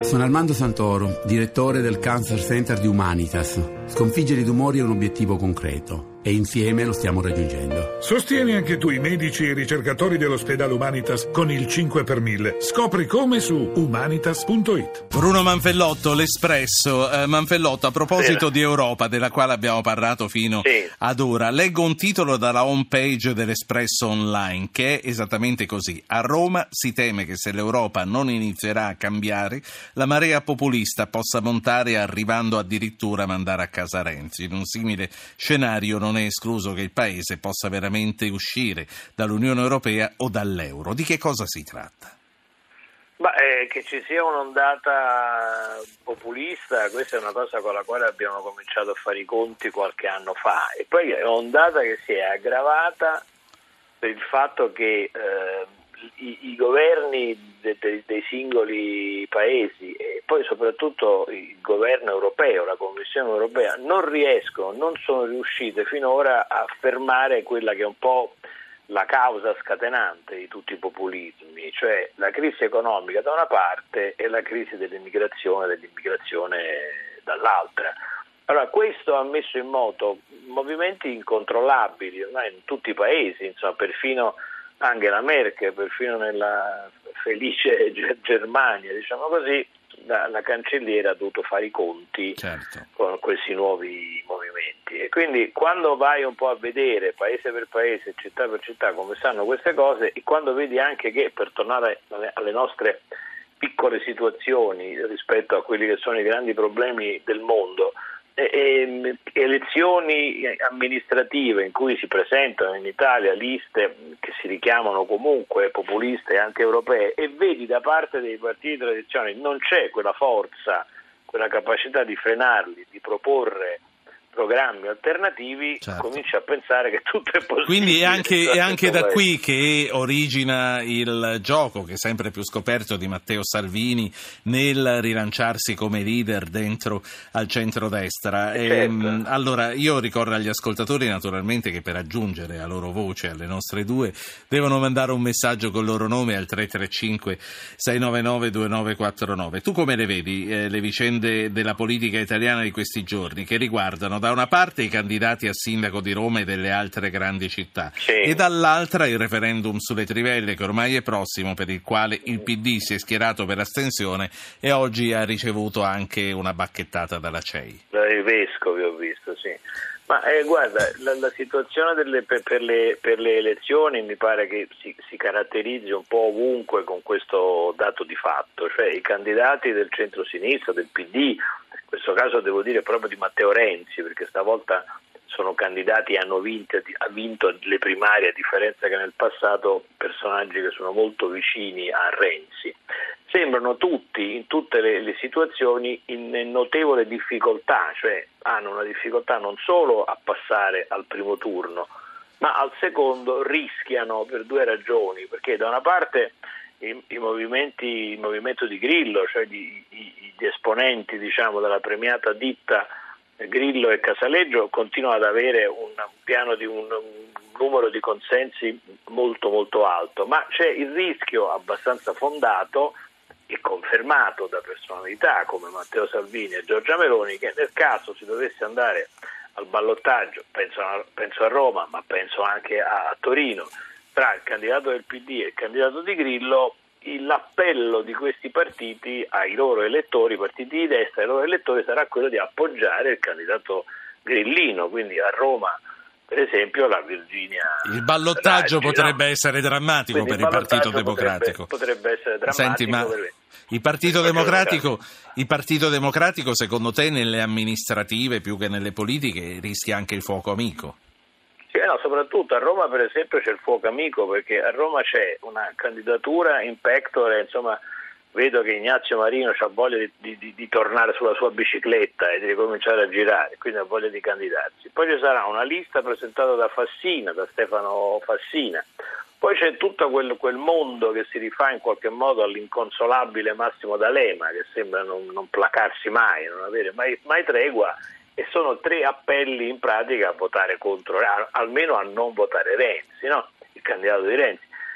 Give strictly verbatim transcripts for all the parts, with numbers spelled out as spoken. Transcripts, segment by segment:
Sono Armando Santoro, direttore del Cancer Center di Humanitas. Sconfiggere i tumori è un obiettivo concreto e insieme lo stiamo raggiungendo. Sostieni anche tu i medici e i ricercatori dell'ospedale Humanitas con il cinque per mille. Scopri come su humanitas punto it. Bruno Manfellotto, l'Espresso. Eh, Manfellotto, a proposito sì. di Europa, della quale abbiamo parlato fino sì. ad ora, leggo un titolo dalla home page dell'Espresso Online che è esattamente così. A Roma si teme che se l'Europa non inizierà a cambiare, la marea populista possa montare arrivando addirittura a mandare a casa Renzi. In un simile scenario non è escluso che il Paese possa veramente uscire dall'Unione Europea o dall'euro. Di che cosa si tratta? Ma eh, che ci sia un'ondata populista, questa è una cosa con la quale abbiamo cominciato a fare i conti qualche anno fa, e poi è un'ondata che si è aggravata per il fatto che eh, i, i governi de, de, dei singoli paesi e poi soprattutto il governo europeo, la Commissione europea, non riescono, non sono riuscite finora a fermare quella che è un po' la causa scatenante di tutti i populismi, cioè la crisi economica da una parte e la crisi dell'immigrazione dell'immigrazione dall'altra. Allora, questo ha messo in moto movimenti incontrollabili ormai in tutti i paesi, insomma, perfino Angela Merkel, perfino nella felice Germania, diciamo così, la, la cancelliera ha dovuto fare i conti certo. con questi nuovi movimenti. E quindi quando vai un po' a vedere paese per paese, città per città, come stanno queste cose, e quando vedi anche che, per tornare alle, alle nostre piccole situazioni rispetto a quelli che sono i grandi problemi del mondo, E, e, elezioni amministrative in cui si presentano in Italia liste che si richiamano comunque populiste e anti-europee, e vedi da parte dei partiti tradizionali non c'è quella forza, quella capacità di frenarli, di proporre programmi alternativi, certo. cominci a pensare che tutto è possibile. Quindi è anche, è anche da qui che origina il gioco, che è sempre più scoperto, di Matteo Salvini nel rilanciarsi come leader dentro al centrodestra. Certo. E, allora, io ricordo agli ascoltatori naturalmente che per aggiungere la loro voce alle nostre due devono mandare un messaggio con il loro nome al tre tre cinque sei nove nove due nove quattro nove. Tu come le vedi eh, le vicende della politica italiana di questi giorni, che riguardano da una parte i candidati a sindaco di Roma e delle altre grandi città, sì. e dall'altra il referendum sulle trivelle che ormai è prossimo, per il quale il P D si è schierato per astensione e oggi ha ricevuto anche una bacchettata dalla C E I? Dai vescovi ho visto, sì. Ma eh, guarda, la, la situazione delle, per, per, le, per le elezioni mi pare che si, si caratterizzi un po' ovunque con questo dato di fatto, cioè i candidati del centro-sinistra, del P D, in questo caso devo dire proprio di Matteo Renzi, perché stavolta sono candidati e hanno vinto, ha vinto le primarie, a differenza che nel passato personaggi che sono molto vicini a Renzi. Sembrano tutti, in tutte le, le situazioni, in notevole difficoltà, cioè hanno una difficoltà non solo a passare al primo turno, ma al secondo rischiano per due ragioni, perché da una parte i, i movimenti, il movimento di Grillo, cioè gli, gli esponenti, diciamo, della premiata ditta Grillo e Casaleggio, continuano ad avere un piano di un, un numero di consensi molto molto alto, ma c'è il rischio abbastanza fondato e confermato da personalità come Matteo Salvini e Giorgia Meloni, che nel caso si dovesse andare al ballottaggio, penso a, penso a Roma, ma penso anche a, a Torino, tra il candidato del P D e il candidato di Grillo, l'appello di questi partiti ai loro elettori, partiti di destra, ai loro elettori, sarà quello di appoggiare il candidato grillino. Quindi a Roma, per esempio, la Virginia il ballottaggio Raggi, potrebbe no? essere drammatico Quindi per il Partito Democratico. Potrebbe, potrebbe essere drammatico. Senti, ma per il Partito Democratico, il Partito Democratico, secondo te, nelle amministrative più che nelle politiche, rischia anche il fuoco amico? Sì, no, soprattutto a Roma, per esempio, c'è il fuoco amico, perché a Roma c'è una candidatura in pectore, insomma. Vedo che Ignazio Marino ha voglia di, di, di tornare sulla sua bicicletta e di ricominciare a girare, quindi ha voglia di candidarsi. Poi ci sarà una lista presentata da Fassina, da Stefano Fassina. Poi c'è tutto quel, quel mondo che si rifà in qualche modo all'inconsolabile Massimo D'Alema, che sembra non, non placarsi mai, non avere mai, mai tregua, e sono tre appelli in pratica a votare contro, almeno a non votare Renzi, no? Il candidato di Renzi.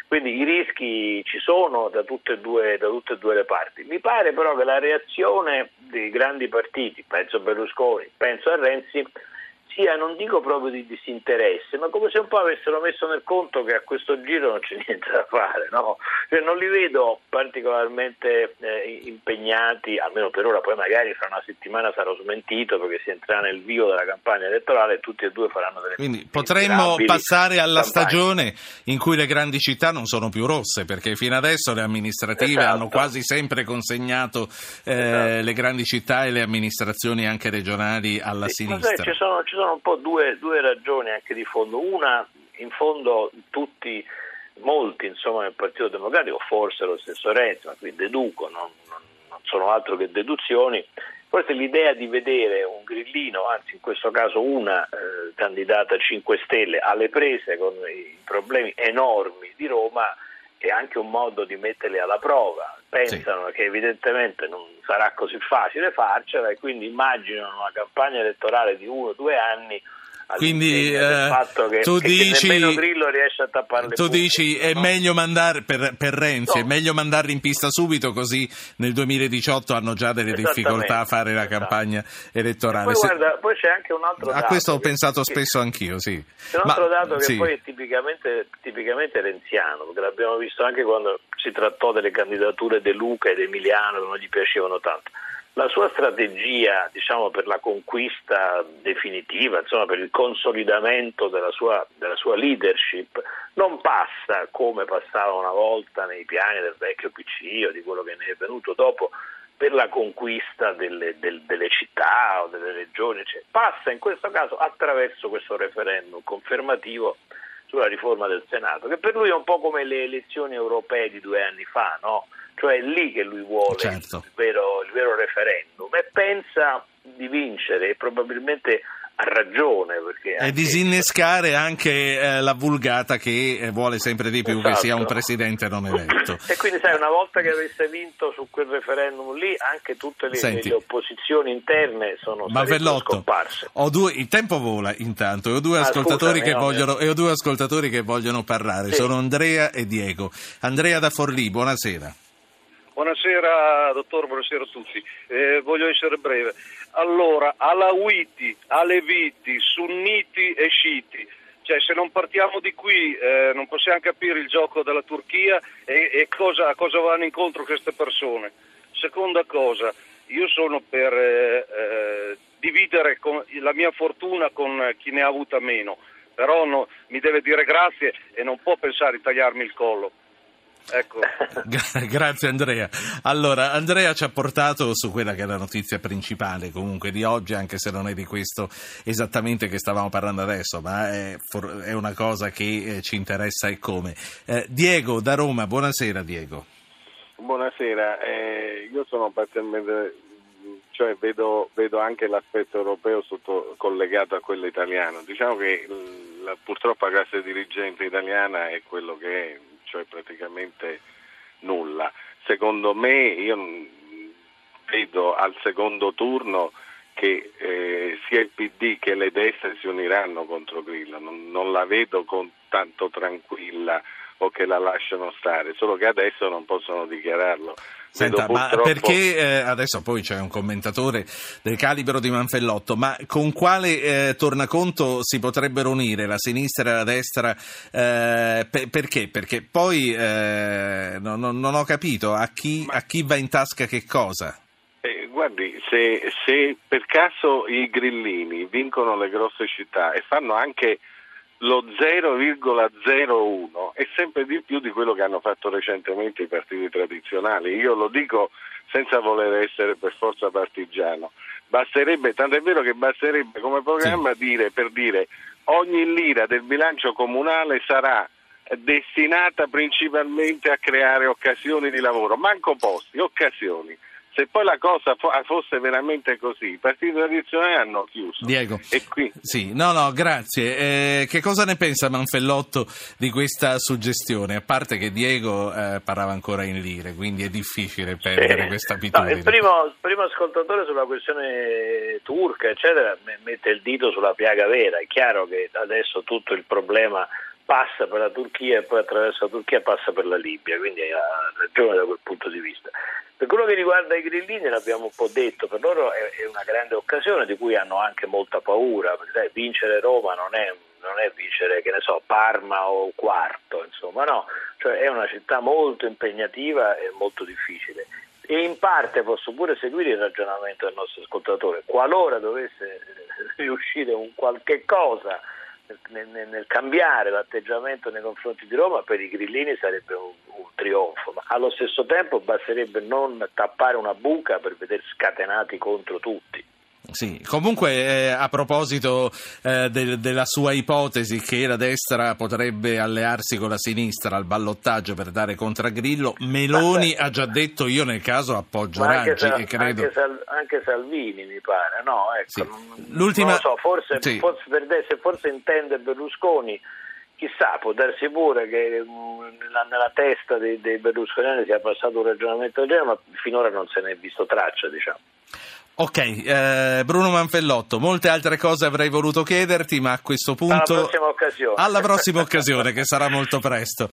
Quindi i rischi ci sono da tutte e due, da tutte e due le parti. Mi pare però che la reazione dei grandi partiti, penso a Berlusconi, penso a Renzi, sia, non dico proprio di disinteresse, ma come se un po' avessero messo nel conto che a questo giro non c'è niente da fare, no? Cioè, non li vedo particolarmente eh, impegnati, almeno per ora, poi magari fra una settimana sarò smentito perché si entrerà nel vivo della campagna elettorale e tutti e due faranno delle Quindi potremmo passare alla campagne. stagione in cui le grandi città non sono più rosse, perché fino adesso le amministrative esatto. hanno quasi sempre consegnato eh, esatto. le grandi città e le amministrazioni anche regionali alla sì, sinistra. Ci sono, ci sono un po' due, due ragioni anche di fondo. Una, in fondo tutti, molti insomma nel Partito Democratico, forse lo stesso Renzi, ma qui deduco, non, non, non sono altro che deduzioni, forse l'idea di vedere un grillino, anzi in questo caso una eh, candidata cinque Stelle alle prese con i problemi enormi di Roma è anche un modo di metterli alla prova. Pensano sì. che evidentemente non sarà così facile farcela e quindi immaginano una campagna elettorale di uno o due anni. Quindi eh, del fatto che, tu che dici, nemmeno Grillo riesce a tappare le tu buche, dici è no? meglio mandare per, per Renzi, no. è meglio mandarli in pista subito, così nel duemiladiciotto hanno già delle difficoltà a fare la esatto. campagna elettorale. Poi, Se, guarda, poi c'è anche un altro dato. A questo ho pensato che, spesso anch'io, sì. C'è un altro Ma, dato che sì. poi è tipicamente, tipicamente renziano, perché l'abbiamo visto anche quando si trattò delle candidature De Luca ed Emiliano che non gli piacevano tanto. La sua strategia, diciamo, per la conquista definitiva, insomma, per il consolidamento della sua, della sua leadership, non passa come passava una volta nei piani del vecchio P C o di quello che ne è venuto dopo, per la conquista delle, del, delle città o delle regioni, cioè, passa in questo caso attraverso questo referendum confermativo sulla riforma del Senato, che per lui è un po' come le elezioni europee di due anni fa, no? Cioè è lì che lui vuole certo. il, vero, il vero referendum e pensa di vincere e probabilmente ha ragione perché e disinnescare anche eh, la vulgata che eh, vuole sempre di più esatto. che sia un presidente non eletto. E quindi sai, una volta che avesse vinto su quel referendum lì anche tutte le, le opposizioni interne sono scomparse. Ho due, il tempo vola intanto e ho due, ah, ascoltatori, scusami, che no, vogliono, e ho due ascoltatori che vogliono parlare, sì. Sono Andrea e Diego. Andrea da Forlì, buonasera. Buonasera dottor, buonasera a tutti. Eh, voglio essere breve. Allora, alawiti, aleviti, sunniti e sciiti. Cioè, se non partiamo di qui eh, non possiamo capire il gioco della Turchia e, e cosa, a cosa vanno incontro queste persone. Seconda cosa, io sono per eh, eh, dividere con, la mia fortuna con chi ne ha avuta meno, però no, mi deve dire grazie e non può pensare di tagliarmi il collo. Ecco. Grazie Andrea. Allora, Andrea ci ha portato su quella che è la notizia principale comunque di oggi, anche se non è di questo esattamente che stavamo parlando adesso, ma è, for- è una cosa che eh, ci interessa e come. Eh, Diego da Roma, buonasera Diego. Buonasera, eh, io sono parzialmente, cioè vedo, vedo anche l'aspetto europeo sotto, collegato a quello italiano. Diciamo che la, purtroppo la classe dirigente italiana è quello che è, cioè praticamente nulla. Secondo me, io vedo al secondo turno che eh, sia il P D che le destre si uniranno contro Grillo, non, non la vedo con tanto tranquilla o che la lasciano stare, solo che adesso non possono dichiararlo. Senta, purtroppo... ma perché eh, adesso poi c'è un commentatore del calibro di Manfellotto, ma con quale eh, tornaconto si potrebbero unire la sinistra e la destra? Eh, per, perché? Perché poi eh, non, non ho capito a chi, ma... a chi va in tasca che cosa? Eh, guardi, se, se per caso i grillini vincono le grosse città e fanno anche lo zero virgola zero uno è sempre di più di quello che hanno fatto recentemente i partiti tradizionali. Io lo dico senza voler essere per forza partigiano. Basterebbe, tanto è vero che basterebbe come programma sì. dire per dire ogni lira del bilancio comunale sarà destinata principalmente a creare occasioni di lavoro, manco posti, occasioni. Se poi la cosa fosse veramente così, i partiti tradizionali hanno chiuso. Diego, e qui... sì, no, no, grazie. Eh, che cosa ne pensa Manfellotto di questa suggestione? A parte che Diego eh, parlava ancora in lire, quindi è difficile perdere sì. questa abitudine. No, il primo, il primo ascoltatore sulla questione turca, eccetera, mette il dito sulla piaga vera. È chiaro che adesso tutto il problema passa per la Turchia e poi attraverso la Turchia passa per la Libia, quindi ha ragione da quel punto di vista. Per quello che riguarda i grillini, l'abbiamo un po' detto, per loro è, è una grande occasione di cui hanno anche molta paura, perché sai, vincere Roma non è, non è vincere, che ne so, Parma o Quarto, insomma, no, cioè è una città molto impegnativa e molto difficile. E in parte posso pure seguire il ragionamento del nostro ascoltatore, qualora dovesse riuscire un qualche cosa nel, nel, nel cambiare l'atteggiamento nei confronti di Roma, per i grillini sarebbe un, un trionfo, ma allo stesso tempo basterebbe non tappare una buca per vedere scatenati contro tutti. Sì, comunque eh, a proposito eh, de- della sua ipotesi che la destra potrebbe allearsi con la sinistra al ballottaggio per dare contro Grillo, Meloni ha già detto io nel caso appoggio Raggi Sal- e credo... anche, Sal- anche Salvini mi pare, no? Ecco, sì. non, L'ultima... non lo so, forse, sì. forse, per, se forse intende Berlusconi, chissà, può darsi pure che mh, nella, nella testa dei, dei berlusconiani sia passato un ragionamento del genere, ma finora non se ne è visto traccia, diciamo. Ok, eh, Bruno Manfellotto, molte altre cose avrei voluto chiederti, ma a questo punto... Alla prossima occasione. Alla prossima occasione, che sarà molto presto.